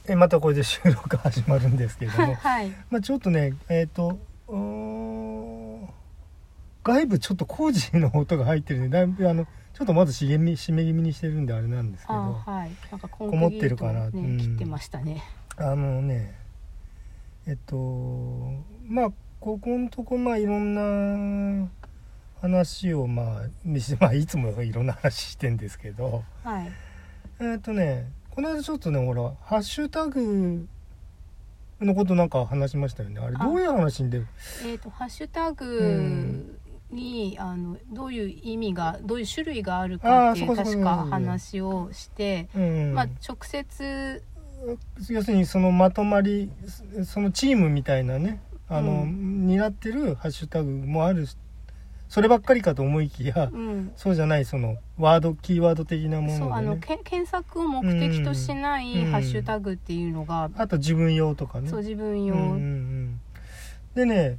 またこれで収録始まるんですけれども、 はい、 ちょっとね外部ちょっと工事の音が入ってるんで、だいぶちょっとまず閉め気味にしてるんであれなんですけど、 はい、なんかコンこもっクリートをてるかな、 ね、切ってましたね。 ここのとこいろんな話をいつもいろんな話してんですけど、 はい、 この間ちょっとねほらハッシュタグのことなんか話しましたよね。あれどういう話で、 ハッシュタグにどういう意味がどういう種類があるかっていう確か話をして、直接要するにそのまとまり、そのチームみたいなね担ってるハッシュタグもあるし、そればっかりかと思いきや、そうじゃないそのキーワード的なもので、ね、 検索を目的としないハッシュタグっていうのが、 あと自分用とかね。 そう自分用、 でね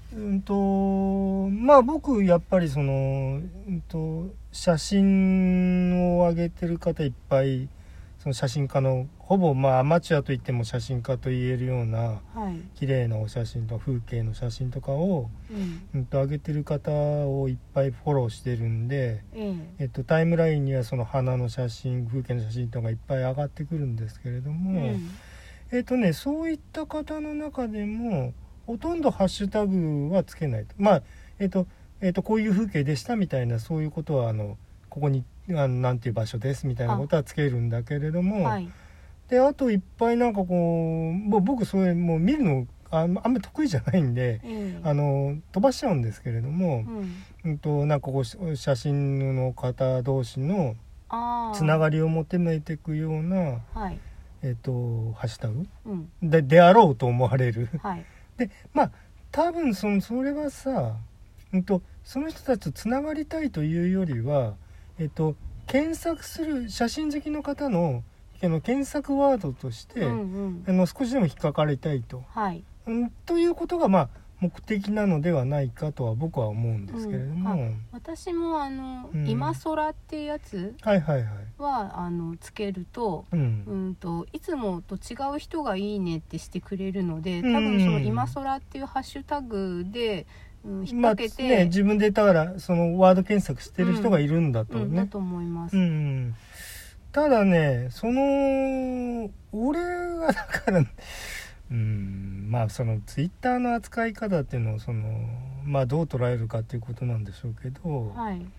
僕やっぱりその、写真を上げてる方いっぱい、その写真家のほぼアマチュアといっても写真家と言えるような、綺麗なお写真とか風景の写真とかを、上げてる方をいっぱいフォローしてるんで、タイムラインにはその花の写真、風景の写真とかいっぱい上がってくるんですけれども、そういった方の中でもほとんどハッシュタグはつけないと。こういう風景でしたみたいな、そういうことはここになんていう場所ですみたいなことはつけるんだけれども、であといっぱいなんか僕それもう見るのあんまり得意じゃないんで、飛ばしちゃうんですけれども、なんか写真の方同士のつながりを求めていくような、ハッシュタグ、であろうと思われる、で多分それはさ、その人たちとつながりたいというよりは、検索する写真好きの方の検索ワードとして、少しでも引っかかりたいと、ということが目的なのではないかとは僕は思うんですけれども、 私も今空っていうやつはつけると、いつもと違う人がいいねってしてくれるので、多分その今空っていうハッシュタグで引っ掛けて、 自分でだからそのワード検索してる人がいるんだとね、 だと思います。 ただね俺はだからそのツイッターの扱い方っていうのをどう捉えるかっていうことなんでしょうけど、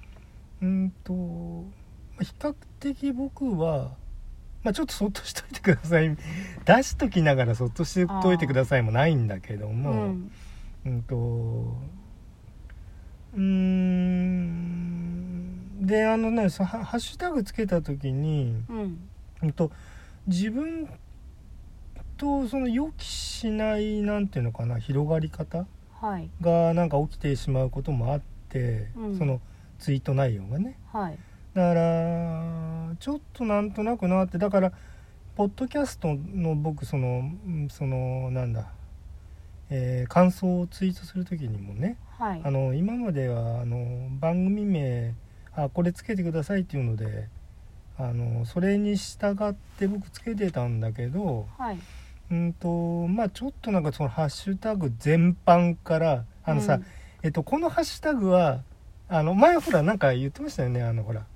比較的僕はちょっとそっとしといてください出しときながらそっとしといてくださいもないんだけども、でハッシュタグつけた時に、自分とその予期しないなんていうのかな、広がり方がなんか起きてしまうこともあって、そのツイート内容がね、だからちょっとなんとなくなって、だからポッドキャストの僕なんだ、感想をツイートする時にもね、今までは番組名これつけてくださいっていうのでそれに従って僕つけてたんだけど、ちょっとなんかそのハッシュタグ全般からこのハッシュタグは前ほらなんか言ってましたよね、ほら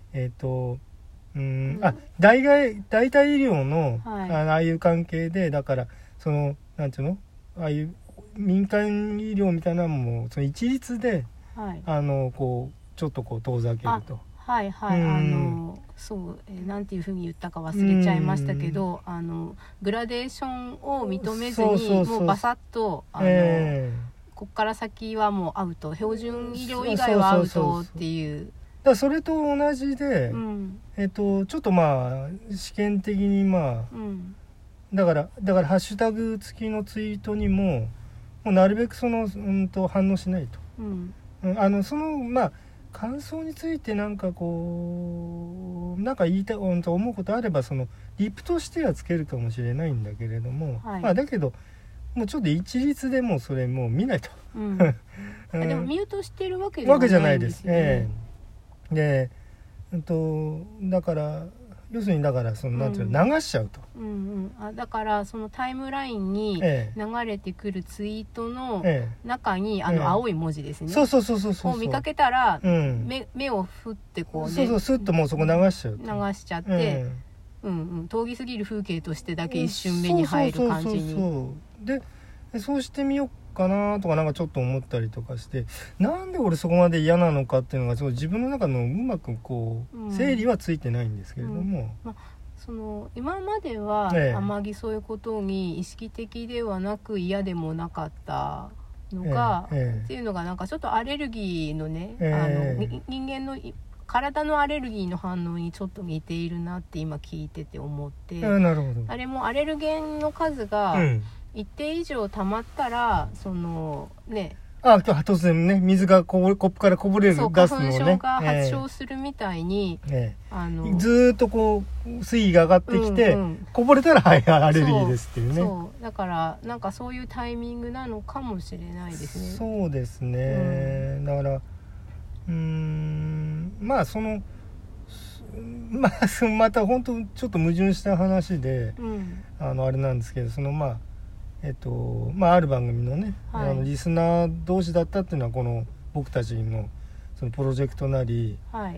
代替医療の、ああいう関係で、だからそのなんていうの、ああいう民間医療みたいなのもその一律で、こうちょっとこう遠ざけると。 そうなんていうふうに言ったか忘れちゃいましたけど、グラデーションを認めずにもうバサッとこっから先はもうアウト、標準医療以外はアウトっていう。 だそれと同じで、ちょっと試験的にだからハッシュタグ付きのツイートにもうなるべく反応しないと、その感想についてなんかこうなんか言いたいと思うことあれば、そのリプとしてはつけるかもしれないんだけれども、だけどもうちょっと一律でもうそれもう見ないと、 でもミュートしてるわけじゃないですよね。 でだから要するにだからそのなんていうの、流しちゃうと、 だからそのタイムラインに流れてくるツイートの中に、青い文字ですね、 そうを見かけたら、目をふってこうね、 スッともうそこ流しちゃうと、 流しちゃって、遠ぎすぎる風景としてだけ一瞬目に入る感じに、 でそうしてみようかなとかなんかちょっと思ったりとかして、なんで俺そこまで嫌なのかっていうのがその自分の中のうまくこう整理はついてないんですけれども、 その今まではあまりそういうことに意識的ではなく嫌でもなかったのが、っていうのがなんかちょっとアレルギーのね、人間の体のアレルギーの反応にちょっと似ているなって今聞いてて思って、 なるほど。 あれもアレルゲンの数が一定以上溜まったら、そのね、 突然ね、水がコップからこぼれるガスのね、 花粉症が発症するみたいに、 ずーっとこう水位が上がってきて、こぼれたらアレルギーですっていうね。 そうだからなんかそういうタイミングなのかもしれないですね。 そうですね、だからまあそのまた本当ちょっと矛盾した話で、あれなんですけど、そのある番組のね、リスナー同士だったっていうのはこの僕たちのそのプロジェクトなり、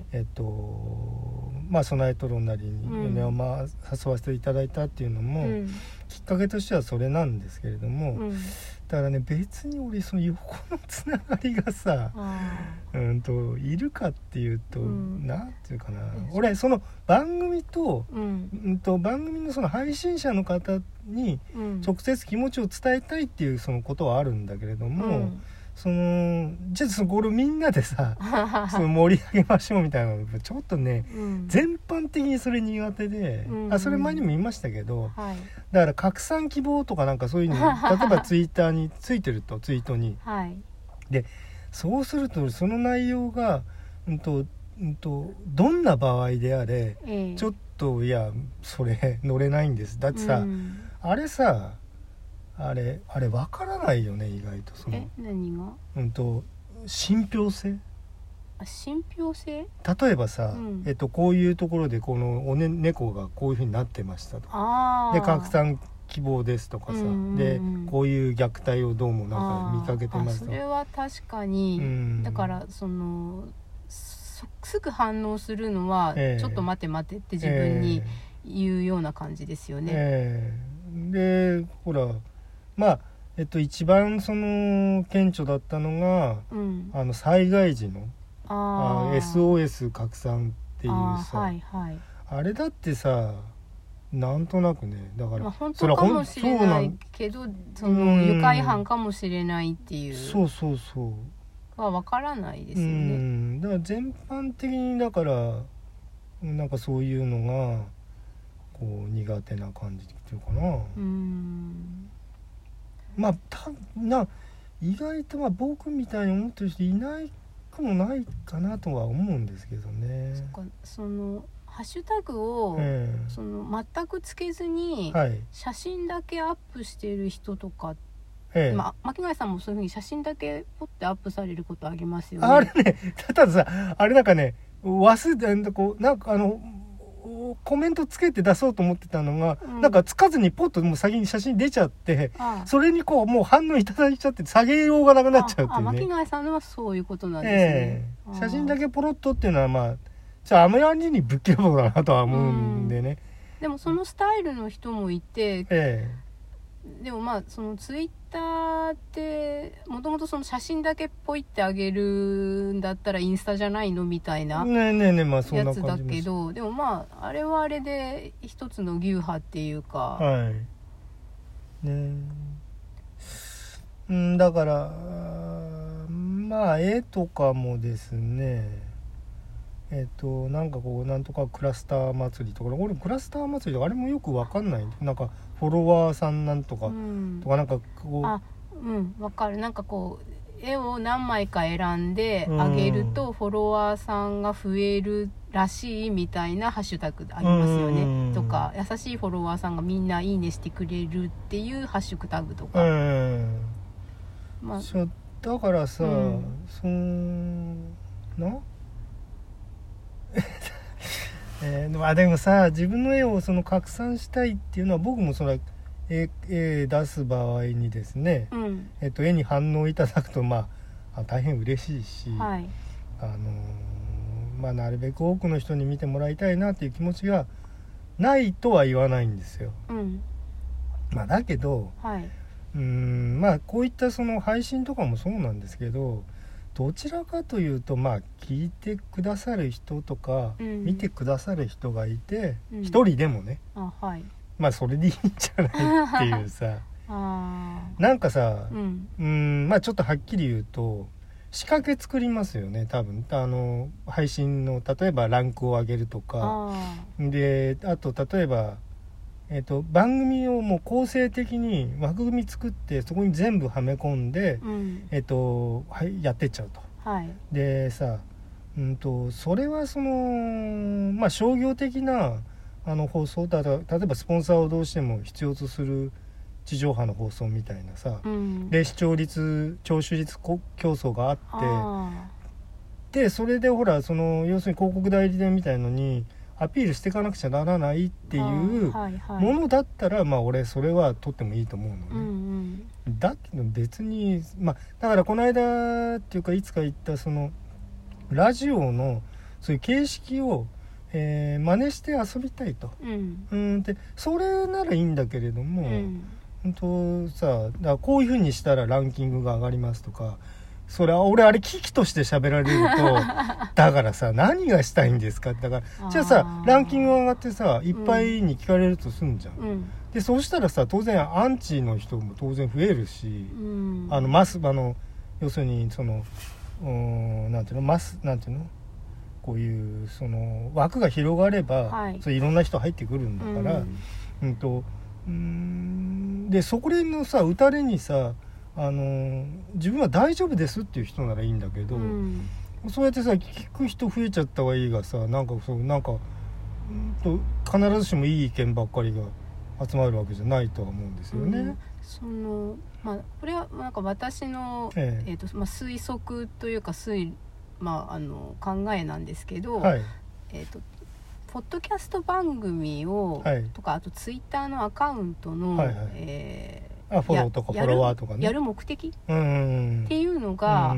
ソナエトロンなりに誘わせていただいたっていうのも、きっかけとしてはそれなんですけれども、だからね、別に俺その横のつながりがさ、いるかっていうと、なんていうかな、俺その番組と、番組のその配信者の方に直接気持ちを伝えたいっていうそのことはあるんだけれども、じゃあこれみんなでさその盛り上げましょうみたいなのちょっとね、全般的にそれ苦手で、それ前にも言いましたけど、だから拡散希望とかなんかそういうの例えばツイッターについてると、ツイートに、でそうするとその内容がどんな場合であれ、ちょっといやそれ乗れないんです。だってさ、あれさあれ分からないよね、意外と。 何が？ 信憑性。 信憑性？ 例えばさ、こういうところでこの猫がこういう風になってましたとか、で拡散希望ですとかさ、でこういう虐待をどうもなんか見かけてますと。 それは確かに、だからそのすぐ反応するのは、ちょっと待てって自分に言うような感じですよね。 でほら一番その顕著だったのが、災害時のSOS 拡散っていうさ、あれだってさ、なんとなくね、だから本当かもしれないけど、その愉快犯かもしれないっていうは分からないですよね。 だから全般的にだからなんかそういうのがこう苦手な感じっていうかな。意外と僕みたいに思ってる人いないくもないかなとは思うんですけどね。 そのハッシュタグを、その全くつけずに、写真だけアップしている人とか、巻貝さんもそういう風に写真だけポッてアップされることありますよね。 あれね、たださ、あれなんかね、なんかコメントつけて出そうと思ってたのが、なんかつかずにポッともう先に写真出ちゃって、それにこうもう反応いただいちゃって下げようがなくなっちゃうっていうね。 巻貝さんのはそういうことなんですね。 写真だけポロッとっていうのはあまりにぶっきらぼうだなとは思うんでね。 でもそのスタイルの人もいて、でもそのツイッターってもともとその写真だけポイってあげるんだったらインスタじゃないのみたいなやつだけど、でもあれはあれで一つの流派っていうか、 だから絵とかもですね、なんかこうなんとかクラスター祭りとか、俺クラスター祭りとかあれもよく分かんない。なんかフォロワーさんなんとか、とかなんかこう分かる。なんかこう絵を何枚か選んであげるとフォロワーさんが増えるらしいみたいなハッシュタグありますよね。とか優しいフォロワーさんがみんないいねしてくれるっていうハッシュタグとか、 だからさ、 でもさ、自分の絵をその拡散したいっていうのは、僕もその絵出す場合にですね、絵に反応いただくと大変嬉しいし、はい、なるべく多くの人に見てもらいたいなっていう気持ちがないとは言わないんですよ、だけど、はい、こういったその配信とかもそうなんですけど、どちらかというと聞いてくださる人とか、見てくださる人がいて、一人でもね、はい、それでいいんじゃないっていうさなんかさ、ちょっとはっきり言うと仕掛け作りますよね、多分配信の例えばランクを上げるとかで、あと例えば番組をもう構成的に枠組み作ってそこに全部はめ込んで、やってっちゃうと、はい、でさ、それはその商業的な放送だ、例えばスポンサーをどうしても必要とする地上波の放送みたいなさ、で視聴率聴取率競争があってで、それでほらその要するに広告代理店みたいのにアピールしていかなくちゃならないっていうものだったら、俺それは取ってもいいと思うのね、だけど別にだからこの間っていうかいつか言ったそのラジオのそういう形式を真似して遊びたいと、でそれならいいんだけれども、さ、だからこういう風にしたらランキングが上がりますとか、それは俺あれ機器として喋られるとだからさ、何がしたいんですかって、だからじゃあさ、ランキング上がってさいっぱいに聞かれるとすんじゃん、でそうしたらさ、当然アンチの人も当然増えるし、要するにそのなんていうのこういうその枠が広がれば、そういろんな人入ってくるんだから、でそこのさ打たれにさ自分は大丈夫ですっていう人ならいいんだけど、そうやってさ聞く人増えちゃったはいいがさ、必ずしもいい意見ばっかりが集まるわけじゃないとは思うんですよね。 これは私の、推測というか考えなんですけど、はい、ポッドキャスト番組を、とかあとツイッターのアカウントの、フォローとかフォロワーとかね、やる目的っていうのが、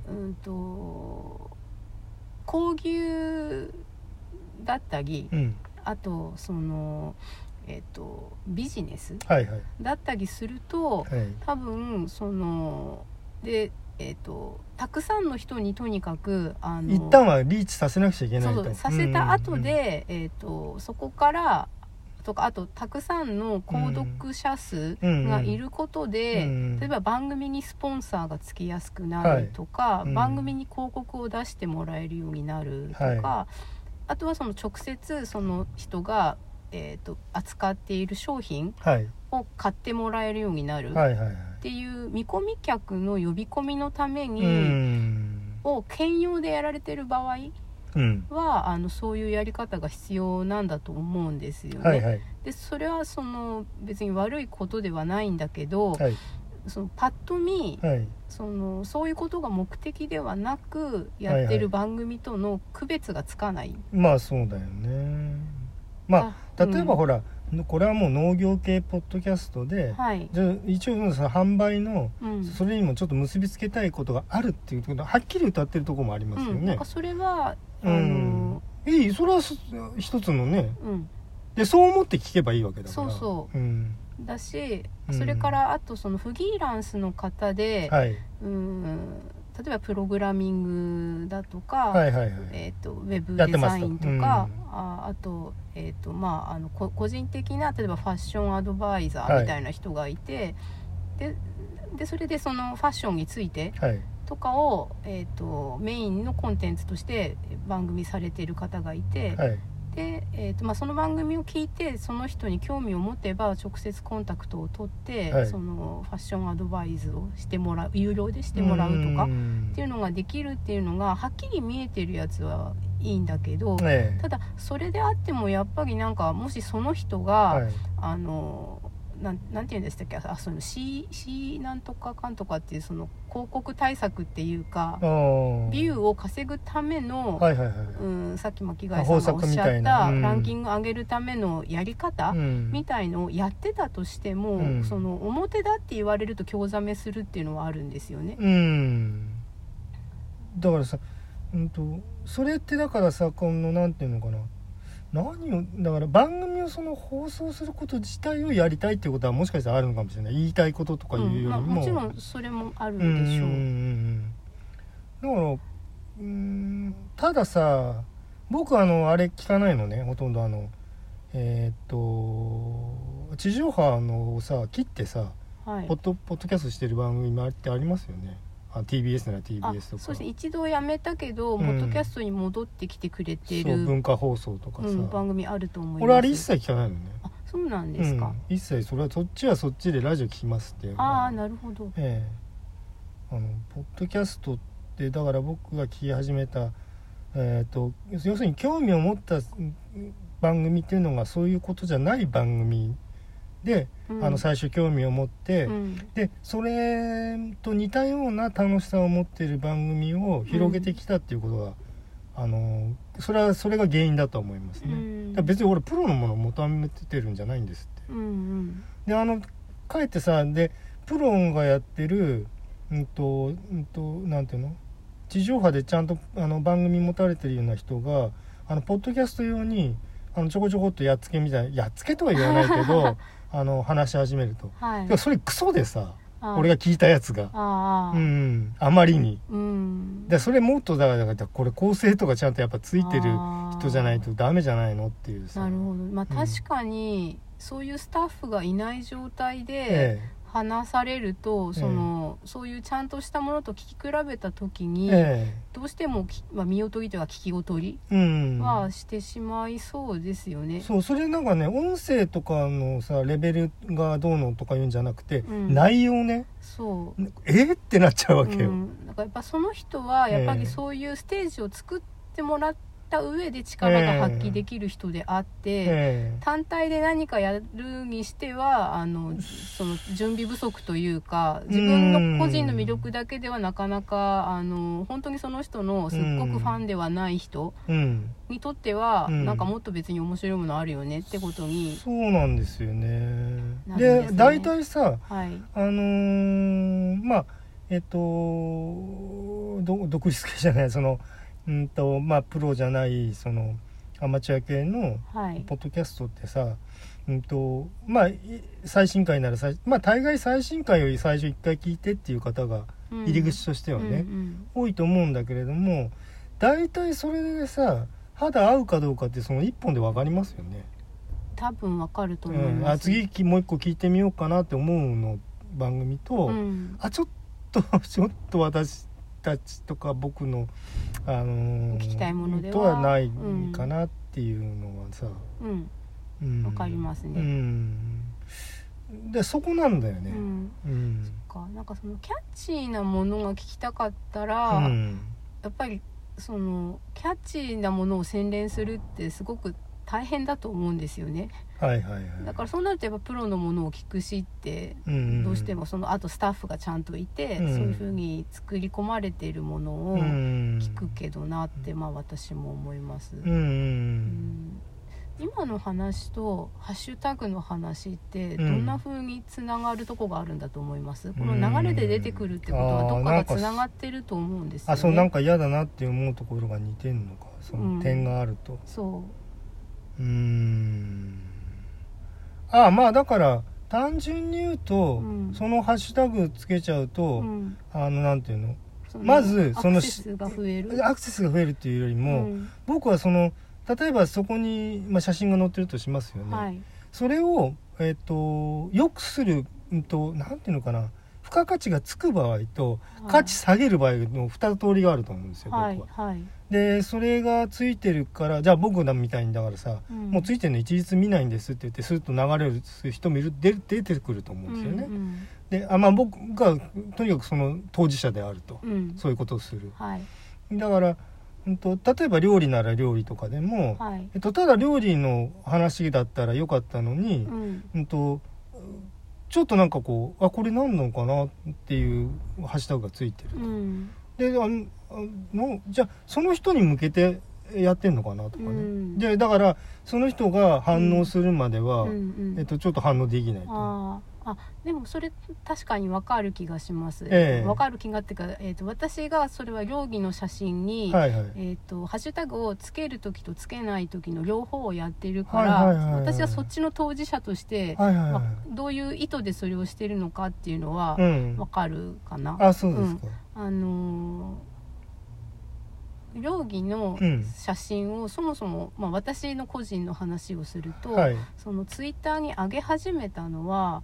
交流だったり、あとそのビジネスだったりすると、多分そのでたくさんの人にとにかく一旦はリーチさせなくちゃいけないと、 させた後で、そこからとか、あとたくさんの購読者数がいることで、例えば番組にスポンサーがつきやすくなるとか、番組に広告を出してもらえるようになるとか、あとはその直接その人が扱っている商品を買ってもらえるようになるっていう見込み客の呼び込みのためにを兼用でやられてる場合は、そういうやり方が必要なんだと思うんですよね。でそれはその別に悪いことではないんだけど、そのパッと見、そういうことが目的ではなくやってる番組との区別がつかない。 そうだよね。例えばほら、これはもう農業系ポッドキャストで、一応その販売の、それにもちょっと結びつけたいことがあるっていうことはっきり歌ってるところもありますよね。 それはそれは一つのね、でそう思って聞けばいいわけだから。 だし、それからあとそのフリーランスの方で、例えばプログラミングだとか、ウェブデザインとか、あと、個人的な例えばファッションアドバイザーみたいな人がいて、でそれでそのファッションについてとかを、メインのコンテンツとして番組されている方がいて、でその番組を聞いてその人に興味を持てば直接コンタクトを取って、そのファッションアドバイスをしてもらう、有料でしてもらうとかっていうのができるっていうのがはっきり見えてるやつはいいんだけど、ただそれであってもやっぱりもしその人が、 なんて言うんでしたっけ、その C なんとかかんとかっていうその広告対策っていうかビューを稼ぐための、さっき巻貝さんがおっしゃったランキング上げるためのやり方、みたいのをやってたとしても、その表だって言われると興ざめするっていうのはあるんですよね。 だからさ、それってだからさ、このなんていうのかな、だから番組をその放送すること自体をやりたいっていうことはもしかしたらあるのかもしれない。言いたいこととかいうよりも、 もちろんそれもあるんでしょう。 だからたださ、僕あれ聞かないのね、ほとんど地上波のをさ切ってさ、ポッドキャストしてる番組もってありますよね。TBS なら TBS とか。 そうですね、一度やめたけど、ポッドキャストに戻ってきてくれてる、 そう文化放送とかさ、 番組あると思います。 俺あれ一切聞かないのね。 そうなんですか。 一切そっちはそっちでラジオ聞きますっていう。 なるほど。 ポッドキャストってだから僕が聞き始めた、要するに興味を持った番組っていうのがそういうことじゃない番組で、最初興味を持って、でそれと似たような楽しさを持っている番組を広げてきたっていうことが、それが原因だと思いますね。だ別に俺プロのものを求めてるんじゃないんですって。でかえってさ、でプロがやってるなんていうの、地上波でちゃんと番組持たれてるような人がポッドキャスト用にちょこちょこっとやっつけみたいな、やっつけとは言わないけど話し始めると、それクソでさ、俺が聞いたやつがあまりに、でそれもっとだからこれ構成とかちゃんとやっぱついてる人じゃないとダメじゃないのっていうさ。 なるほど。確かにそういうスタッフがいない状態で話されると、そういうちゃんとしたものと聞き比べた時に、どうしても、見劣りというか聞き劣りはしてしまいそうですよね。 それなんかね、音声とかのさレベルがどうのとか言うんじゃなくて、内容ね、ってなっちゃうわけよ。 だからやっぱその人はやっぱりそういうステージを作ってもらった上で力が発揮できる人であって、単体で何かやるにしてはその準備不足というか、自分の個人の魅力だけではなかなか本当にその人のすっごくファンではない人にとっては、なんかもっと別に面白いものあるよねってことに。 そうなんですよね。で大体さ、独立系じゃない、プロじゃないそのアマチュア系のポッドキャストってさ、最新回なら大概最新回より最初1回聞いてっていう方が入り口としてはね、多いと思うんだけれども、大体それでさ肌合うかどうかってその1本で分かりますよね。 多分分かると思います。 次もう1個聞いてみようかなって思うの番組と、ちょっと私たちとか僕の、 聞きたいものではとはないかなっていうのはさ、 わかりますね。 でそこなんだよね。 そっか、なんかそのキャッチーなものが聞きたかったら、やっぱりそのキャッチーなものを洗練するってすごく大変だと思うんですよね。だからそうなるとやっぱプロのものを聞くしって、どうしてもあとスタッフがちゃんといて、そういう風に作り込まれているものを聞くけどなって、私も思います。今の話とハッシュタグの話ってどんな風につながるとこがあるんだと思います？この流れで出てくるってことはどっかがつながってると思うんですよね。 なんか嫌だなって思うところが似てんのか、その点があると。だから単純に言うと、そのハッシュタグつけちゃうと、なんていうの、まずそのアクセスが増えるっていうよりも、僕は例えばそこに、写真が載ってるとしますよね。それをよくする、なんていうのかな、付加価値がつく場合と価値下げる場合の2通りがあると思うんですよ、僕は。でそれがついてるから、じゃあ僕らみたいにだからさ、もうついてるの一律見ないんですって言ってスッと流れる人も出てくると思うんですよね。で僕がとにかくその当事者であると、そういうことをする。だから例えば料理なら料理とかでも、ただ料理の話だったらよかったのに、 ちょっとなんかこうこれ何なのかなっていうハッシュタグがついてると、でじゃあその人に向けてやってんのかなとかね、でだからその人が反応するまでは、ちょっと反応できないと。 でもそれ確かに分かる気がします、分かる気がっていうか、私がそれは料理の写真に、ハッシュタグをつける時とつけない時の両方をやってるから、私はそっちの当事者として、どういう意図でそれをしてるのかっていうのは分かるかな。 そうですか。 料理の写真をそもそも、私の個人の話をすると、そのツイッターに上げ始めたのは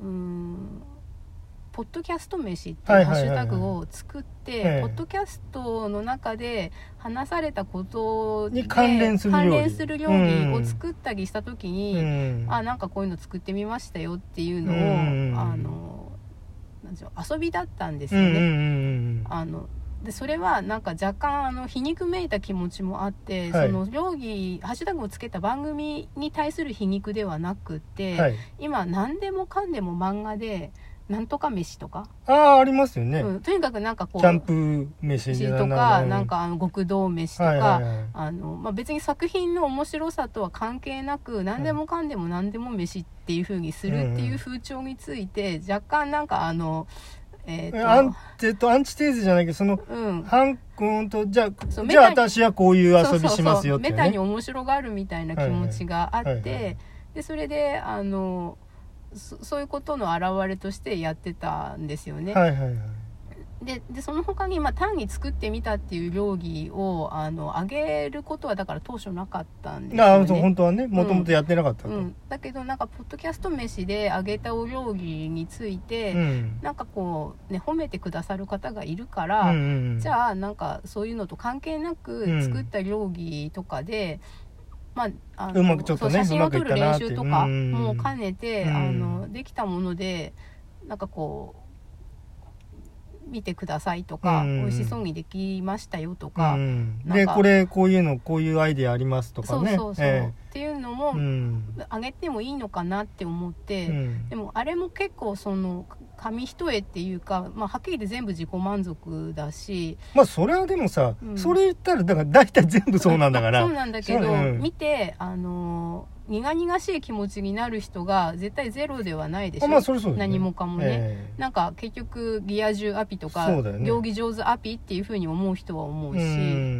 ポッドキャスト飯っていうハッシュタグを作って、ポッドキャストの中で話されたことで関連する料理を作ったりした時に、なんかこういうの作ってみましたよっていうのを、なんでしょう、遊びだったんですよね。でそれはなんか若干皮肉めいた気持ちもあって、その料理ハッシュタグをつけた番組に対する皮肉ではなくて、今何でもかんでも漫画でなんとか飯とかありますよね、 とにかくなんかこうキャンプ飯とか、なんか極道飯とか、別に作品の面白さとは関係なく何でもかんでも何でも飯っていう風にするっていう風潮について、若干なんかアンチテーゼじゃないけどじゃあ私はこういう遊びしますよって、 メタに面白がるみたいな気持ちがあって、でそれでそういうことの表れとしてやってたんですよね。でその他に単に作ってみたっていう料理を上げることはだから当初なかったんですよね。 本当はね、もともとやってなかったと、 だけどなんかポッドキャスト飯で上げたお料理について、なんかこうね褒めてくださる方がいるから、じゃあなんかそういうのと関係なく作った料理とかで、 うまくちょっとね、 写真を撮る練習とかも兼ねて、できたものでなんかこう見てくださいとか、美味しそうにできましたよとか、 でこういうアイデアありますとかね、 っていうのもあげてもいいのかなって思って、でもあれも結構その紙一重っていうか、はっきり言って全部自己満足だし、 それはでもさ、それ言ったらだから大体全部そうなんだからそうなんだけど、見て苦々しい気持ちになる人が絶対ゼロではないでしょ。 それそうですね、 何もかもね、なんか結局リア充アピとか、料理上手アピっていう風に思う人は思うし、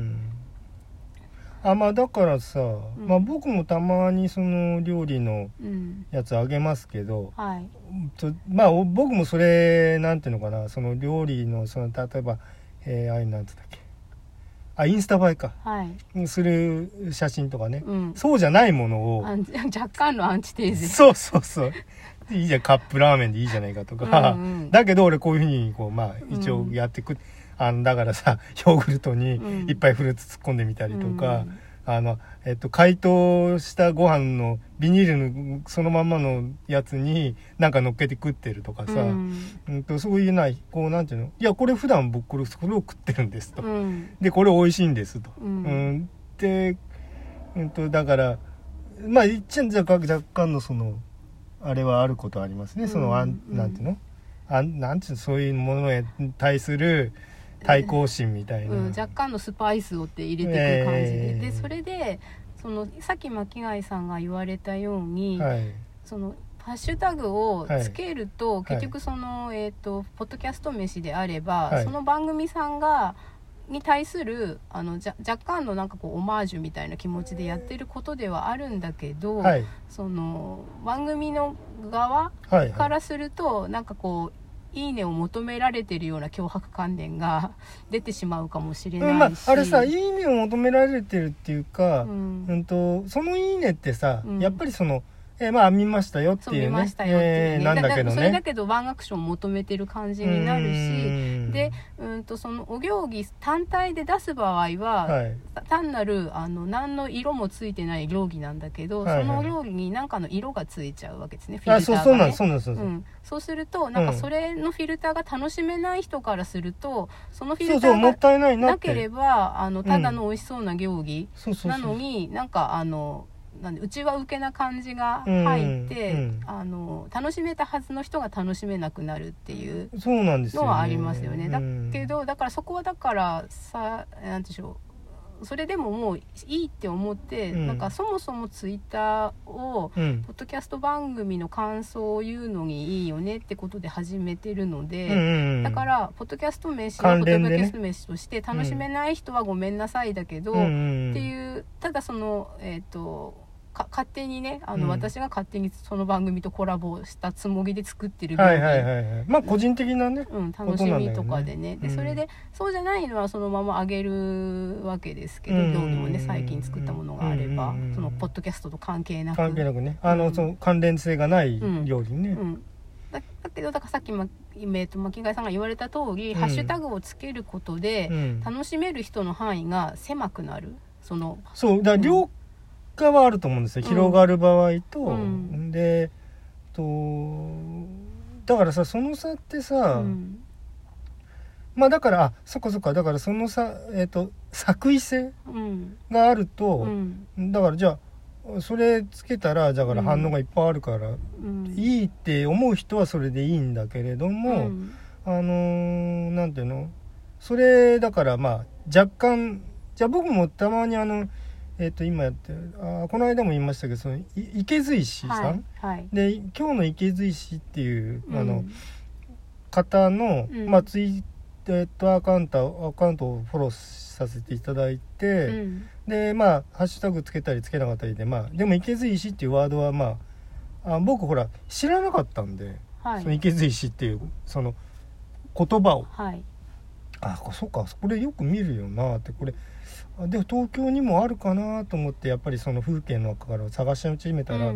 だからさ、僕もたまにその料理のやつあげますけど、僕もそれなんていうのかな、その料理のその例えばなんていうんだっけ、インスタ映えか、する写真とかね、そうじゃないものを若干のアンチテーゼ、 そういいじゃん、カップラーメンでいいじゃないかとか、だけど俺こういうふうにこう一応やってく、だからさヨーグルトにいっぱいフルーツ突っ込んでみたりとか、解凍したご飯のビニールのそのまんまのやつになんか乗っけて食ってるとかさ、そういうこうなんていうの、いやこれ普段僕これを食ってるんですと、でこれ美味しいんですと、でだから一応若干のそのあれはあることありますね、そのなんていうの、なんていうの、そういうものに対する対抗心みたいな、 若干のスパイスをって入れていく感じで、でそれでそのさっき巻貝さんが言われたように、そのハッシュタグをつけると、結局その、ポッドキャスト飯であれば、その番組さんに対する若干のなんかこうオマージュみたいな気持ちでやってることではあるんだけど、その番組の側からすると、なんかこういいねを求められてるような脅迫観念が出てしまうかもしれないし、 あれさ、いいねを求められてるっていうか、そのいいねってさ、やっぱりその見ましたよっていうね、 見ましたよっていうね、 なんだけどね、 それだけどワンアクションを求めてる感じになるし、でそのお行儀単体で出す場合は、単なる何の色もついてない料理なんだけど、その料理に何かの色がついちゃうわけですね、フィルターがね。そうするとなんかそれのフィルターが楽しめない人からすると、そのフィルターがなければただの美味しそうな料理なのに、なんかなんで内輪受けな感じが入って、楽しめたはずの人が楽しめなくなるっていうのはありますよね。だけどだからそこはだからさ、なんでしょう、それでももういいって思って、なんかそもそもツイッターを、ポッドキャスト番組の感想を言うのにいいよねってことで始めてるので、だからポッドキャスト飯はポッドキャスト飯として楽しめない人はごめんなさいだけど、っていう、ただその勝手にね、私が勝手にその番組とコラボしたつもりで作ってる病気、まあ個人的なね、 楽しみとかでね、でそれでそうじゃないのはそのまま上げるわけですけど、料理もね最近作ったものがあれば、そのポッドキャストと関係なくね、その関連性がない料理ね、 だけどだからさっき巻貝さんが言われた通り、ハッシュタグをつけることで、楽しめる人の範囲が狭くなる。 そうだ、両はあると思うんですよ、広がる場合と、でだからさ、その差ってさ、まあだからそっかだからその差、作為性があると、だからじゃあそれつけたらだから反応がいっぱいあるから、いいって思う人はそれでいいんだけれども、なんていうの、それだからまあ若干、じゃあ僕もたまに今やってるこの間も言いましたけど、その池水氏さん、で今日の池水氏っていう方の、ツイッターアカウントをフォローさせていただいて、でハッシュタグつけたりつけなかったりで、でも池水氏っていうワードは僕ほら知らなかったんで、その池水氏っていうその言葉を、そうか、これよく見るよなって、これで東京にもあるかなと思って、やっぱりその風景の中から探し始めたら、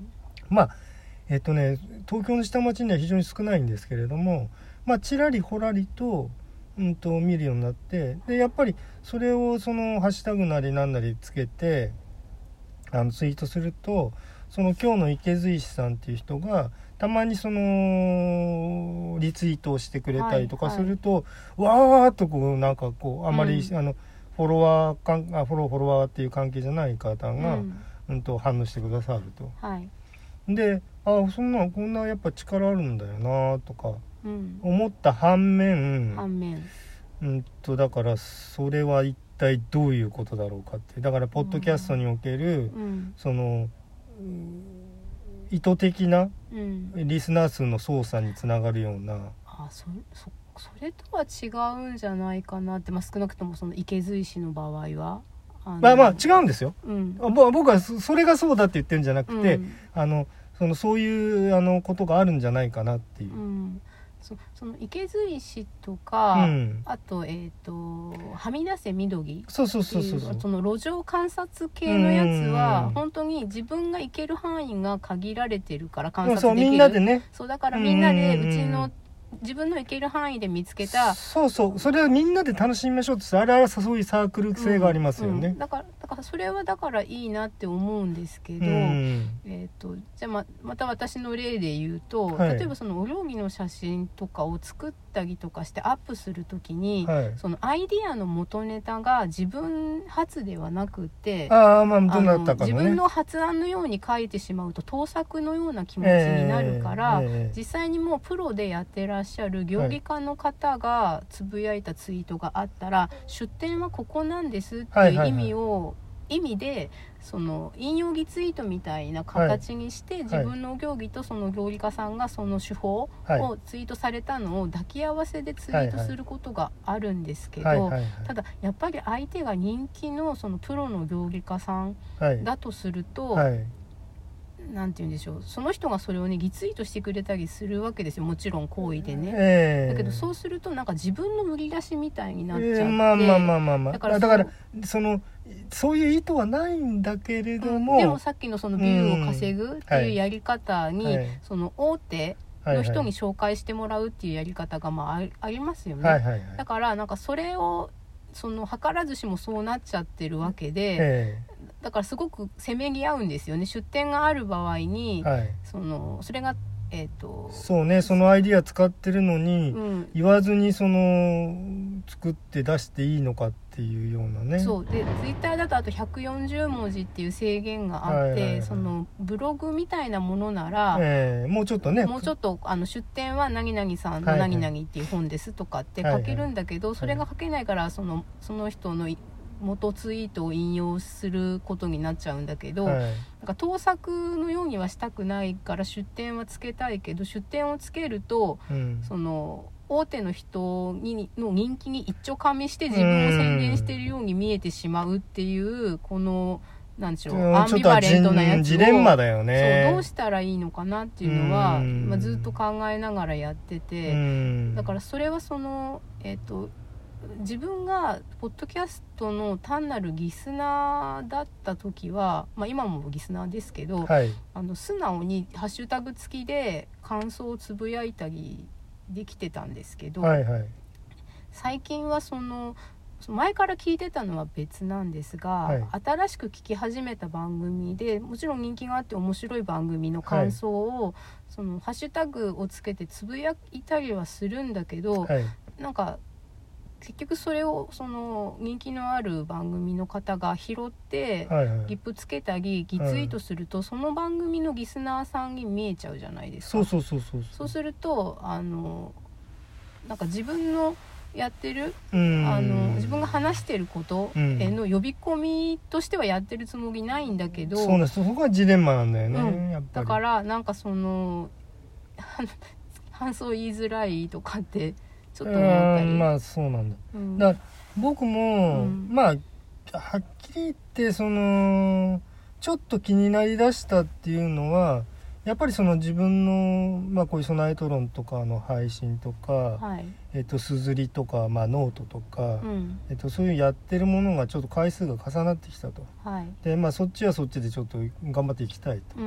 東京の下町には非常に少ないんですけれども、ちらりほらりと、見るようになって、でやっぱりそれをそのハッシュタグなりなんなりつけてツイートすると、その今日の池水氏さんっていう人がたまにそのリツイートをしてくれたりとかすると、わーっとこうなんかこうあまり、フォロワーっていう関係じゃない方が、反応してくださると、でこんなやっぱ力あるんだよなとか思った反面、だからそれは一体どういうことだろうかって、だからポッドキャストにおける、その意図的なリスナー数の操作につながるような、 それとは違うんじゃないかなって、少なくともその池水氏の場合は違うんですよ、僕はそれがそうだって言ってるんじゃなくて、そういうことがあるんじゃないかなっていう、 その池水氏とか、あとはみ出せみどぎ、その路上観察系のやつは本当に自分が行ける範囲が限られてるから観察できる、 みんなでね、 だからみんなでうちの自分の行ける範囲で見つけた、 それはみんなで楽しみましょうって、あれはそういうサークル性がありますよね、 だからそれはだからいいなって思うんですけど、じゃあ また私の例で言うと、例えばそのお料理の写真とかを作ったりとかしてアップするときに、そのアイディアの元ネタが自分発ではなくて、 どうなったかね、 自分の発案のように書いてしまうと盗作のような気持ちになるから、実際にもうプロでやってらっしゃる行儀家の方がつぶやいたツイートがあったら、出典はここなんですっていう意味でその引用儀ツイートみたいな形にして、自分の行儀とその行儀家さんがその手法をツイートされたのを抱き合わせでツイートすることがあるんですけど、ただやっぱり相手が人気のそのプロの行儀家さんだとすると、なんて言うんでしょう、その人がそれをねリツイートしてくれたりするわけですよ、もちろん好意でね、だけどそうするとなんか自分の売り出しみたいになっちゃって、 だからそういう意図はないんだけれども、 でもさっきのそのビューを稼ぐっていうやり方に、その大手の人に紹介してもらうっていうやり方がありますよね、だからなんかそれをその図らずしもそうなっちゃってるわけで、だからすごくせめぎ合うんですよね。出典がある場合に、それがそうね、そのアイディア使ってるのに、言わずにその作って出していいのかっていうようなね。 そうでツイッターだとあと140文字っていう制限があって、そのブログみたいなものなら、 もうちょっとね、 もうちょっと出典は何々さんの何々っていう本ですとかって書けるんだけど、それが書けないからその人の元ツイートを引用することになっちゃうんだけど、なんか盗作のようにはしたくないから出典はつけたいけど、出典をつけると、その大手の人の人気に一丁噛みして自分を宣伝しているように見えてしまうっていうこのなんでしょう、アンビバレントなやつをジレンマだよね。 そうどうしたらいいのかなっていうのは、ずっと考えながらやってて、だからそれはその自分がポッドキャストの単なるリスナーだった時は、今もリスナーですけど、素直にハッシュタグ付きで感想をつぶやいたりできてたんですけど、最近はその前から聞いてたのは別なんですが、新しく聞き始めた番組でもちろん人気があって面白い番組の感想を、そのハッシュタグをつけてつぶやいたりはするんだけど、なんか結局それをその人気のある番組の方が拾って、ギップつけたりリツイートすると、その番組のリスナーさんに見えちゃうじゃないですか。そうするとなんか自分のやってる自分が話してることへの呼び込みとしてはやってるつもりないんだけど、 そうね、そこがジレンマなんだよね、やっぱり。 だからなんかその感想言いづらいとかってちょっと思ったり、 そうなんだ、だから僕も、はっきり言ってそのちょっと気になりだしたっていうのはやっぱりその自分の、こういうソナエトロンとかの配信とか、すずりとか、ノートとか、そういうやってるものがちょっと回数が重なってきたと、でそっちはそっちでちょっと頑張っていきたいと、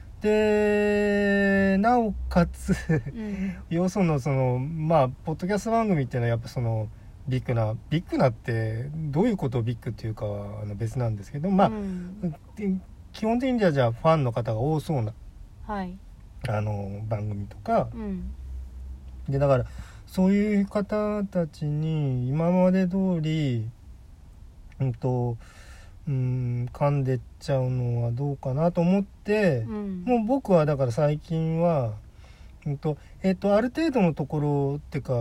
でなおかつよそのそのポッドキャスト番組っていうのはやっぱそのビッグなってどういうことをビッグっていうかは別なんですけど、基本的にはじゃあファンの方が多そうな、番組とか、でだからそういう方たちに今まで通り噛んでっちゃうのはどうかなと思って、もう僕はだから最近はある程度のところっていうか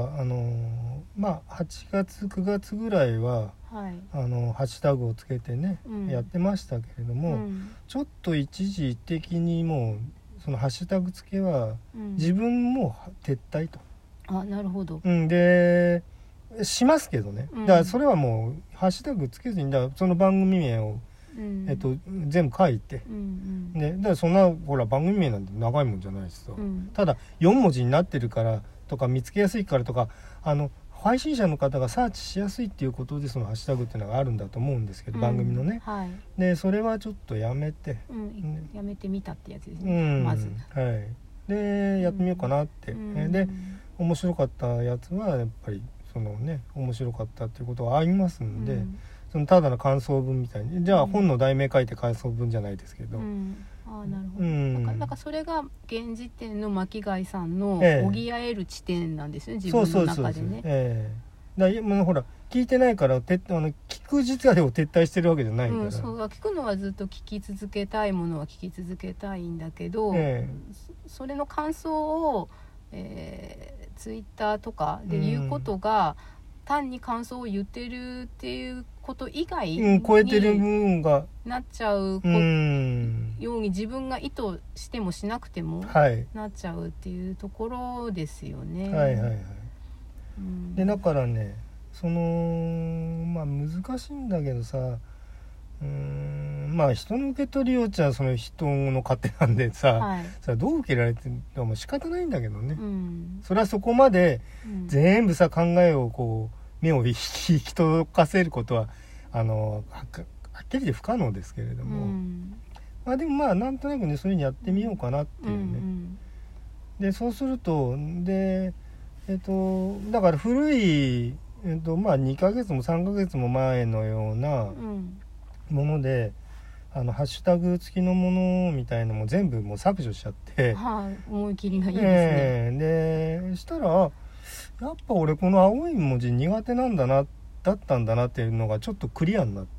8月9月ぐらいは、ハッシュタグをつけてね、やってましたけれども、ちょっと一時的にもうそのハッシュタグ付けは自分も撤退と、 なるほど、 でしますけどね、だからそれはもうハッシュタグつけずにその番組名を、全部書いて、だからそんなほら番組名なんて長いもんじゃないしさ、ただ4文字になってるからとか見つけやすいからとか配信者の方がサーチしやすいっていうことでそのハッシュタグっていうのがあるんだと思うんですけど、番組のね、でそれはちょっとやめて、 やめてみたってやつですね、まずでやってみようかなって、で面白かったやつはやっぱりそのね面白かったっていうことはありますんで、そのただの感想文みたいにじゃあ本の題名書いて感想文じゃないですけど、 なるほど、なんかそれが現時点の巻貝さんの補える地点なんですね、自分の中でね。 もうほら聞いてないから聞く自体を撤退してるわけじゃないから、 そう聞くのはずっと聞き続けたいものは聞き続けたいんだけど、それの感想を、ツイッターとかで言うことが、単に感想を言ってるっていうこと以外に超えてる部分がなっちゃうように自分が意図してもしなくてもなっちゃうっていうところですよね。 でだからねその難しいんだけどさ、人の受け取りようちゃその人の勝手なんでさ、どう受けられてもも仕方ないんだけどね、それはそこまで全部さ考えをこう目を引き解かせることははっきり言って不可能ですけれども、でもなんとなくねそういうふうにやってみようかなっていうね、でそうするとでだから古い2ヶ月も3ヶ月も前のようなものでハッシュタグ付きのものみたいのも全部もう削除しちゃって、 思い切りがいいですね。でしたらやっぱ俺この青い文字苦手なんだなだったんだなっていうのがちょっとクリアになって、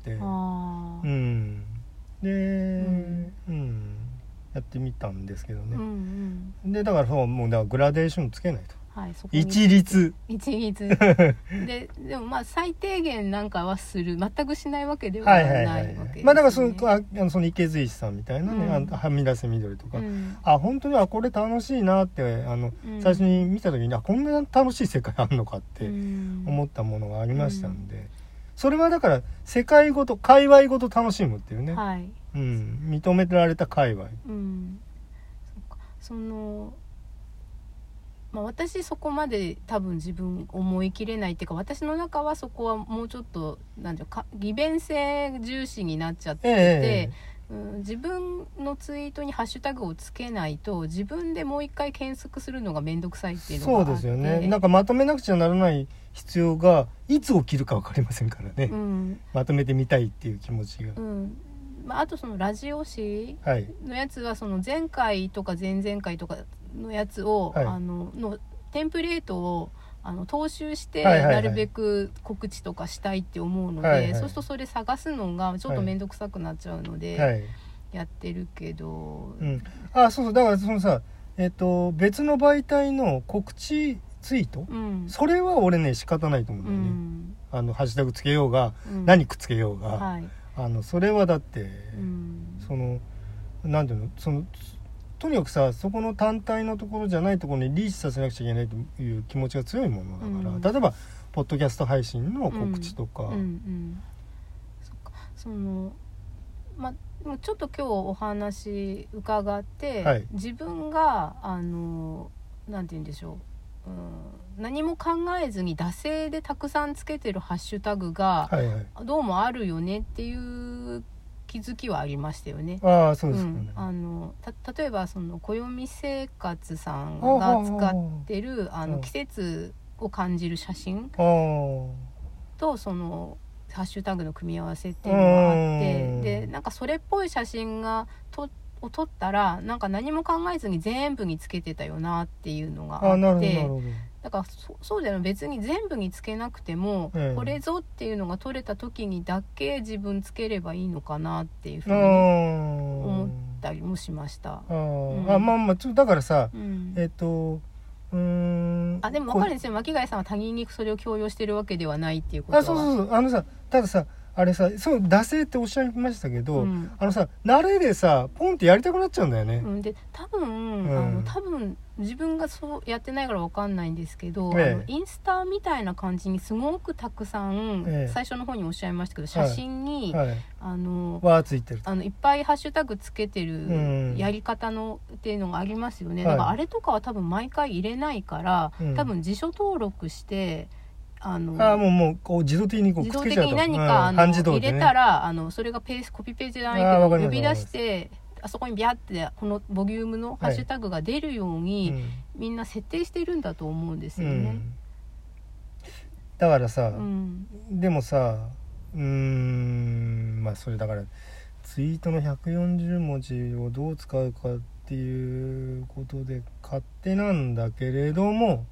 やってみたんですけどね、でだからもうだからグラデーションつけないと、そこ一律でもまあ最低限なんかはする、全くしないわけではないわけですね。 だからその池水さんみたいなね、はみ出せ緑とか、本当にこれ楽しいなって最初に見た時にこんな楽しい世界あるのかって思ったものがありましたんで、それはだから世界ごと界隈ごと楽しむっていうね、認められた界隈、 私そこまで多分自分思い切れないっていうか、私の中はそこはもうちょっとなんていうか利便性重視になっちゃってて、自分のツイートにハッシュタグをつけないと自分でもう一回検索するのがめんどくさいっていうのがあって、 そうですよね。なんかまとめなくちゃならない必要がいつ起きるか分かりませんからね、まとめてみたいっていう気持ちが、 あとそのラジオ誌のやつはその前回とか前々回とかのやつを、のテンプレートを踏襲してなるべく告知とかしたいって思うので、そうするとそれ探すのがちょっと面倒くさくなっちゃうので、やってるけど、 そうだからそのさ、別の媒体の告知ツイート、それは俺ね仕方ないと思うんだよね、ハッシュタグつけようが、何くっつけようが、それはだって、なんていうの、とにかくさそこの単体のところじゃないところにリーチさせなくちゃいけないという気持ちが強いものだから、例えばポッドキャスト配信の告知とか、 ちょっと今日お話伺って、自分がなんて言うんでしょう、何も考えずに惰性でたくさんつけてるハッシュタグがどうもあるよねっていう気づきはありましたよね。 そうですね。 例えばその暦生活さんが使ってる季節を感じる写真とそのハッシュタグの組み合わせっていうのがあって、でなんかそれっぽい写真を撮ったらなんか何も考えずに全部につけてたよなっていうのがあって、だからそうだよ、別に全部につけなくても、これぞっていうのが撮れた時にだけ自分つければいいのかなっていうふうに思ったりもしました。 だからさ、 でも分かるんですよ、巻貝さんは他人にそれを強要してるわけではないっていうことは。 そうたださあれさ、そう惰性っておっしゃいましたけど、慣れでさポンってやりたくなっちゃうんだよね。 で多分自分がそうやってないから分かんないんですけど、インスタみたいな感じにすごくたくさん、最初の方におっしゃいましたけど写真に、 ついてるいっぱいハッシュタグつけてるやり方のっていうのがありますよね。だからあれとかは多分毎回入れないから、多分辞書登録してもうこう自動的にこうくっつけちゃうと、 自動的に何か入れたらそれがコピペじゃないけど呼び出してあそこにビャってこのボリュームのハッシュタグが出るように、みんな設定してるんだと思うんですよね。 だからさ、でもさそれだからツイートの140文字をどう使うかっていうことで勝手なんだけれども、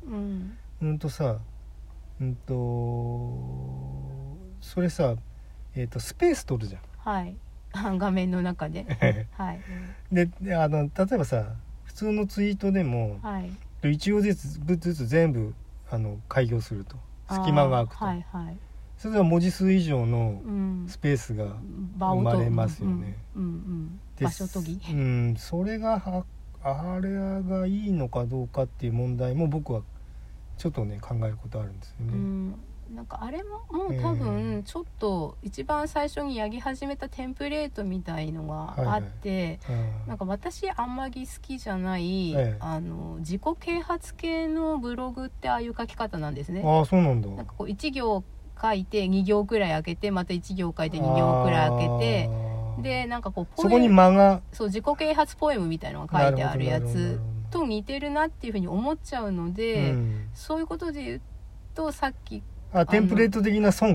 それさ、スペース取るじゃん、画面の中でで例えばさ普通のツイートでも、一行ずつ全部開業すると隙間が空くと、それでは文字数以上のスペースが生まれますよね。 場所研ぎ、 それがあれがいいのかどうかっていう問題も僕はちょっとね考えることあるんですよね。 なんかあれもう多分ちょっと一番最初にやり始めたテンプレートみたいのがあって、なんか私あんまり好きじゃない、自己啓発系のブログってああいう書き方なんですね。 そうなんだ。 なんかこう1行書いて2行くらい開けてまた1行書いて2行くらい開けて、でなんかこうそこに間が自己啓発ポエムみたいのが書いてあるやつと似てるなっていうふうに思っちゃうので、そういうことで言うとさっきテンプレート的な損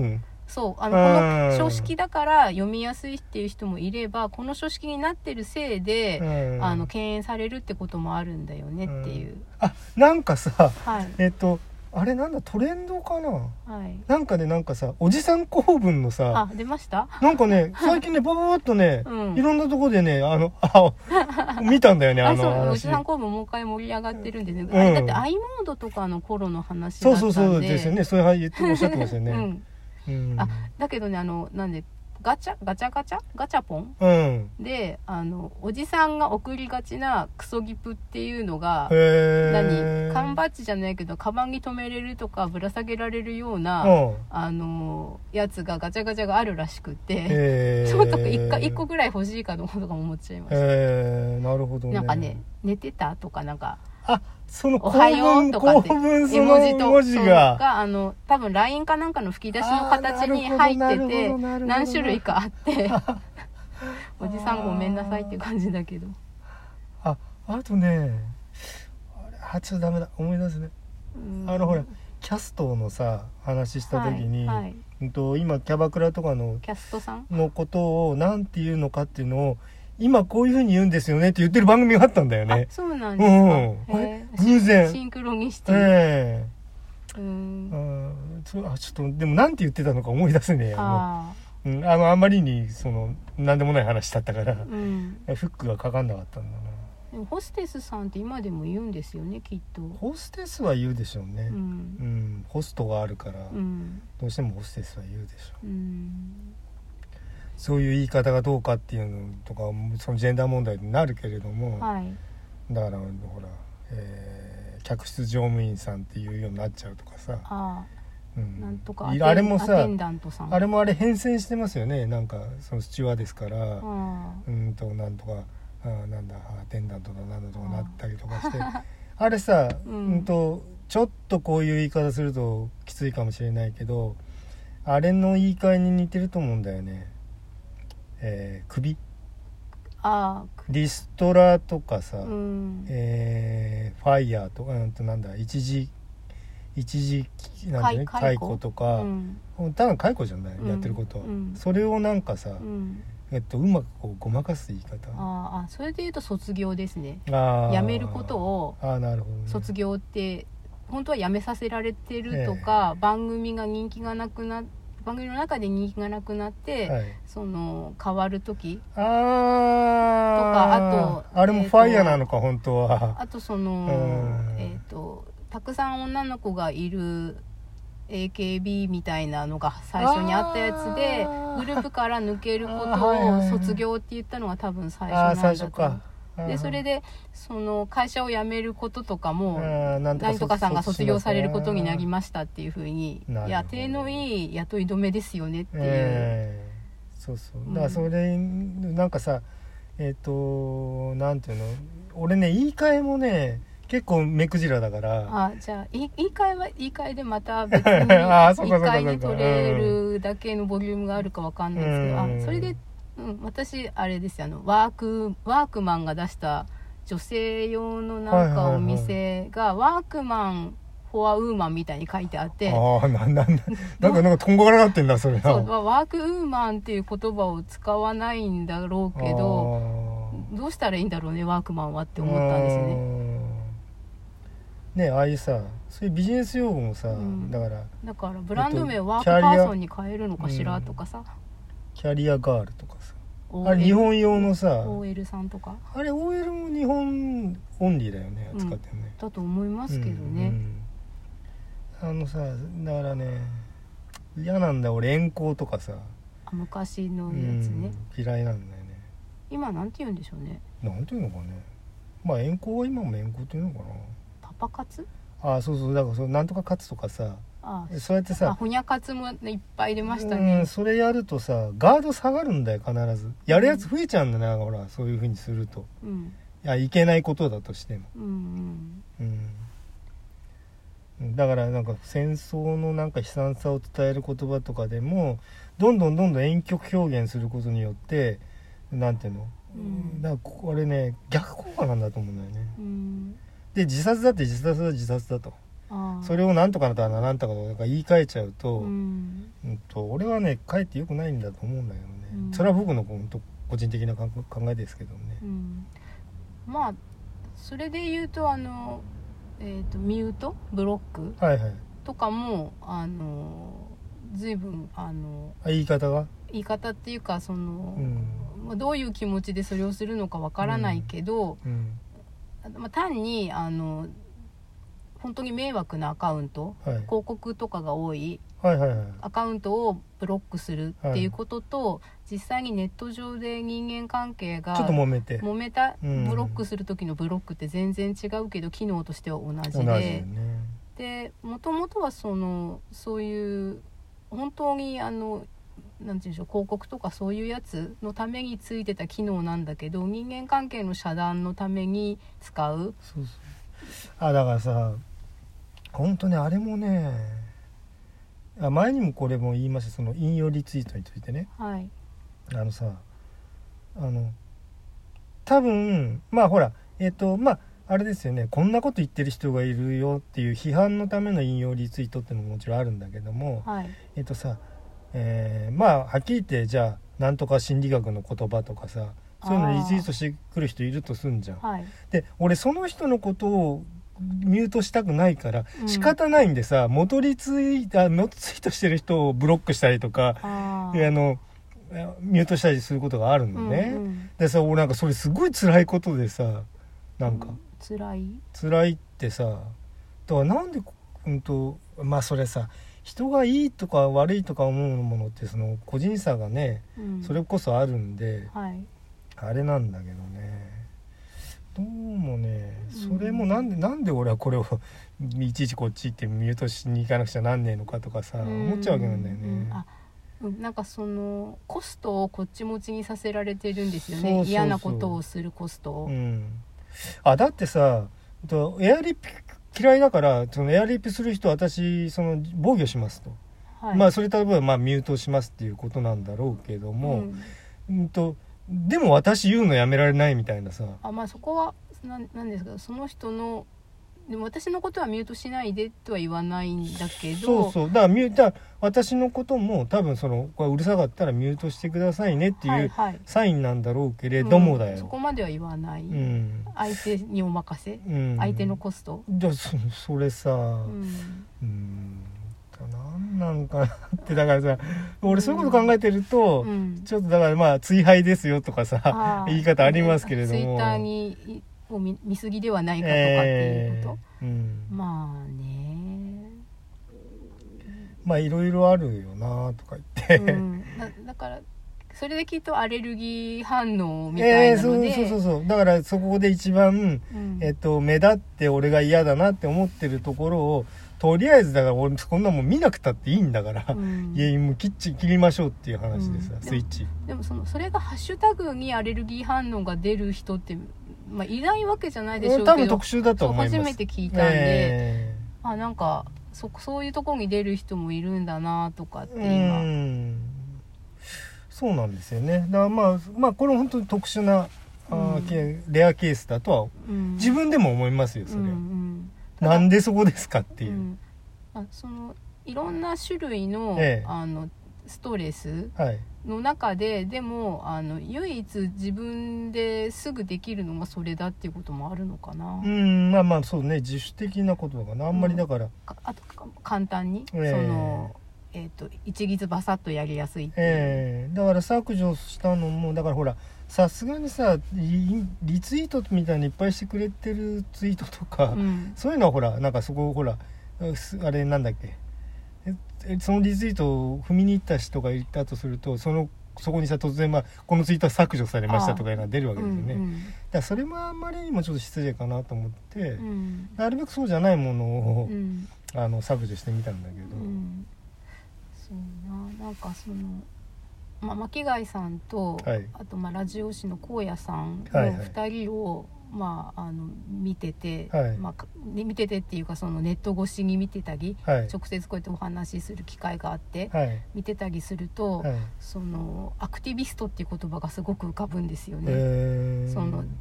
そうこの書式だから読みやすいっていう人もいれば、この書式になってるせいで敬遠されるってこともあるんだよねっていう。 なんかさ、 はい、 あれなんだトレンドかな、 はい、 なんかねなんかさおじさん公文のさ出ましたなんかね最近ねバババッとね、いろんなところでね見たんだよねそうおじさん公文もう一回盛り上がってるんでね、あれだって i モードとかの頃の話だったんで。 そうですよね、そういうおっしゃってましたよね。 だけどねなんでガチャポン、でおじさんが送りがちなクソギプっていうのが缶バッジじゃないけどカバンに留めれるとかぶら下げられるようなやつがガチャガチャがあるらしくて、ちょっと1個ぐらい欲しいかとか思っちゃいました。 なるほどね。 なんかね寝てたとかなんかそのおはようとかって絵文字が多分 LINE かなんかの吹き出しの形に入ってて何種類かあっておじさんごめんなさいっていう感じだけど、 あとねちょっとダメだ思い出すね、ほらキャストのさ話した時に、今キャバクラとかのキャストさんのことをなんていうのかっていうのを今こういう風に言うんですよねって言ってる番組があったんだよね。 そうなんですか。 偶然シンクロニシティ。 ちょっとでもなんて言ってたのか思い出せねえよ。あまりに何でもない話だったから、フックがかかんなかったんだな。 でもホステスさんって今でも言うんですよねきっと。 ホステスは言うでしょうね。ホストがあるから、どうしてもホステスは言うでしょう。そういう言い方がどうかっていうのとかそのジェンダー問題になるけれども、だからほら、客室乗務員さんっていうようになっちゃうとかさ、 なんとかあれもさあれも変遷してますよね。なんかそのスチュワーですからなんとかなんだアテンダントだなんだとかなったりとかしてあれさちょっとこういう言い方するときついかもしれないけどあれの言い換えに似てると思うんだよね。首リストラとかさ、ファイヤーとかなんだ一時なんてね解雇とか、ただ解雇じゃない、やってることは、それをなんかさ、うまくこうごまかす言い方。 それで言うと卒業ですね。辞めることを卒業って本当は辞めさせられてるとか、番組の中で人気がなくなって、変わる時とかあれもファイヤーなのか本当は。 あとたくさん女の子がいる AKB みたいなのが最初にあったやつでグループから抜けることを卒業って言ったのが多分最初なんだと思う。でそれで会社を辞めることとかも何とかさんが卒業されることになりましたっていうふうに、手のいい雇い止めですよねっていう、 そうだからそれなんかさなんていうの俺ね言い換えもね結構目くじらだから。 じゃあ言い換えは言い換えでまた別に1回で取れるだけのボリュームがあるか分かんないですけど、それで私あれですよワークマンが出した女性用のなんかお店がワークマンフォアウーマンみたいに書いてあって、 なんかとんがらがってんだそれ。 そうワークウーマンっていう言葉を使わないんだろうけどどうしたらいいんだろうねワークマンはって思ったんですね。 ああいうさそういうビジネス用語もさ、だからブランド名をワークパーソンに変えるのかしらとかさ、 キャリアガールとかさ、あれ日本用のさ OL さんとか、 あれ OL も日本オンリーだよね使ってるね、 だと思いますけどね、 さだからね嫌なんだ俺遠行とかさ昔のやつね、 嫌いなんだよね。 今なんて言うんでしょうね。 なんていうのかね。遠行は今も遠行っていうのかな。 パパ活？ そうだからなんとか活とかさ、そうやってさほにゃ活もいっぱい出ましたね。 それやるとさガード下がるんだよ必ず。やるやつ増えちゃうんだね、ほらそういう風にすると、いけないことだとしても、だからなんか戦争のなんか悲惨さを伝える言葉とかでもどんどん婉曲表現することによってなんていうの、だからこれね逆効果なんだと思うんだよね、で自殺だって自殺だとそれをなんとかだななんとかとか言い換えちゃうと、俺はねかえって良くないんだと思うんだよね、それは僕の本当個人的な考えですけどね、 まあそれで言うとミュートブロックとかも、随分言い方っていうかどういう気持ちでそれをするのかわからないけど、単に本当に迷惑なアカウント、広告とかが多い、アカウントをブロックするっていうことと、実際にネット上で人間関係がちょっと揉めた、 ブロックする時のブロックって全然違うけど機能としては同じで、もともとはそういう本当になんていうんでしょう、広告とかそういうやつのためについてた機能なんだけど、人間関係の遮断のために使う。 だからさ本当ねあれもね、前にもこれも言いました、その引用リツイートについてね、多分ほらあれですよね、こんなこと言ってる人がいるよっていう批判のための引用リツイートっていうのももちろんあるんだけども、はっきり言ってじゃあなんとか心理学の言葉とかさ、そういうのリツイートしてくる人いるとすんじゃん、で俺その人のことをミュートしたくないから仕方ないんでさ、元リツイートしてる人をブロックしたりとかミュートしたりすることがあるのね、でさ俺なんかそれすごい辛いことでさ、なんか、辛いってさ、だからなんでそれさ人がいいとか悪いとか思うものってその個人差がね、それこそあるんで、あれなんだけどね、どうもねそれもなんで俺はこれをいちいちこっち行ってミュートしに行かなくちゃなんねえのかとかさ、思っちゃうわけなんだよね、 なんかコストをこっち持ちにさせられてるんですよね、嫌なことをするコストを、 だってさエアリップ嫌いだからそのエアリップする人私防御しますと、それ例えばミュートしますっていうことなんだろうけども、でも私言うのやめられないみたいなさ、 そこはなんですか、その人のでも私のことはミュートしないでとは言わないんだけど、 だから私のことも多分これうるさかったらミュートしてくださいねっていうサインなんだろうけれどもだよ、 そこまでは言わない、相手にお任せ、相手のコストじゃあそれさなんなんかなってだからさ俺そういうこと考えてると、ちょっとだから追廃ですよとかさ言い方ありますけれども、 ツイッターに見過ぎではないかとかっていうこと、 いろいろあるよなとか言って、 だからそれできっとアレルギー反応みたいなので、 そうだからそこで一番、目立って俺が嫌だなって思ってるところをとりあえずだから俺こんなもん見なくたっていいんだから、もうきっちり切りましょうっていう話でさ、スイッチでもそれがハッシュタグにアレルギー反応が出る人っていないわけじゃないでしょうけど、 多分特殊だと思います。 初めて聞いたんで、なんかそういうところに出る人もいるんだなとかって今、 そうなんですよね。だからこれ本当に特殊な、レアケースだとは、自分でも思いますよそれは、なんでそこですかっていう、 いろんな種類の、ストレスの中で、でも唯一自分ですぐできるのがそれだっていうこともあるのかな。 そうね、自主的なことだからあんまりだから、 あと簡単に、一律バサッとやりやすいっていう、 だから削除したのもだからほらさすがにさリツイートみたいにいっぱいしてくれてるツイートとか、そういうのはほらなんかそこほらあれなんだっけ、そのリツイートを踏みに行った人がいたとするとそこにさ突然このツイートは削除されましたとかいうのが出るわけですよね、だからそれもあんまりにもちょっと失礼かなと思って、なるべくそうじゃないものを、削除してみたんだけど、 そうなんか巻貝さんと、あとラジオ誌の荒野さんの2人を、見てて、見ててっていうかネット越しに見てたり、直接こうやってお話しする機会があって、見てたりすると、アクティビストっていう言葉がすごく浮かぶんですよね。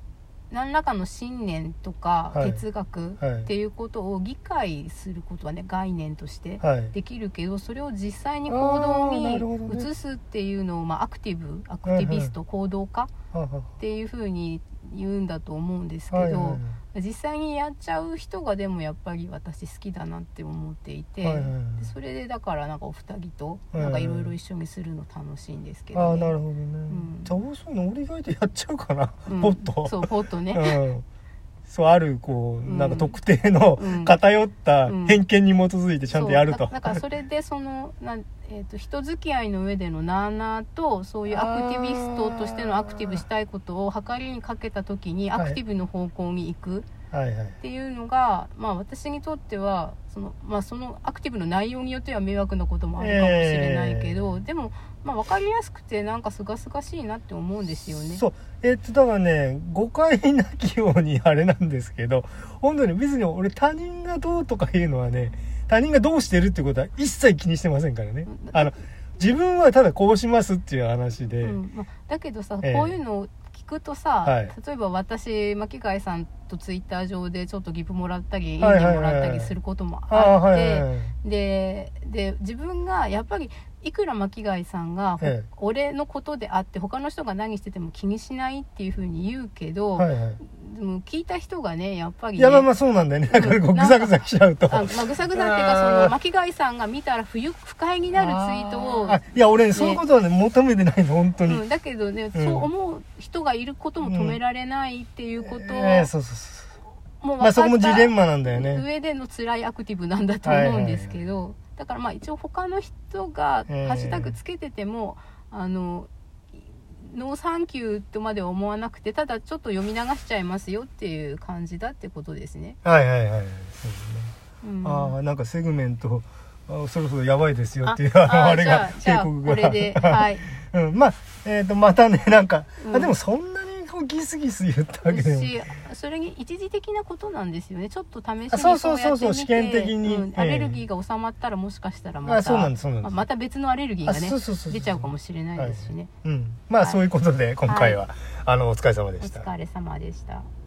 何らかの信念とか哲学っていうことを理解することはね、概念としてできるけど、それを実際に行動に移すっていうのを、アクティビスト、行動家っていうふうに言うんだと思うんですけど、実際にやっちゃう人がでもやっぱり私好きだなって思っていて、それでだからなんかお二人となんかいろいろ一緒にするの楽しいんですけどね。 なるほどね。じゃあそういうの俺意外とやっちゃうかな、ポッと。 そう、ポッとね。 そうあるこうなんか特定の偏った偏見に基づいてちゃんとやると。 だからそれでその人付き合いの上でのなあなあと、そういうアクティビストとしてのアクティブしたいことを計りにかけた時にアクティブの方向に行くっていうのが、私にとってはそのアクティブの内容によっては迷惑なこともあるかもしれないけど、でも分かりやすくてなんかすがすがしいなって思うんですよね。 そうだからね、誤解なきようにあれなんですけど、本当に別に俺他人がどうとかいうのはね、他人がどうしてるってことは一切気にしてませんからね。自分はただこうしますっていう話で、 だけどさ、こういうのを聞くとさ、例えば私巻貝さんとツイッター上でちょっとギフもらったりいいねもらったりすることもあって、で自分がやっぱりいくら巻貝さんが、俺のことであって他の人が何してても気にしないっていうふうに言うけど、でも聞いた人がねやっぱりね、 いやそうなんだよね。だからこうグサグサしちゃうと、 グサグサっていうか、その巻貝さんが見たら不快になるツイートを、 いや俺、そういうことはね求めてないの本当に。 だけどね、そう思う人がいることも止められないっていうことを、もう分かったそこもジレンマなんだよね。 上での辛いアクティブなんだと思うんですけど、だから一応他の人がハッシュタグつけてても、ノーサンキューとまでは思わなくて、ただちょっと読み流しちゃいますよっていう感じだってことですね。 そうですね。なんかセグメントそろそろやばいですよっていうあれが警告が。 これではいまたね、なんか、でもそんなにギスギス言ったわけでも、 それに一時的なことなんですよね。ちょっと試しにそう試験的に、 アレルギーが収まったらもしかしたらまた別のアレルギーがね出ちゃうかもしれないですしね。 そういうことで今回はお疲れ様でした。 お疲れ様でした。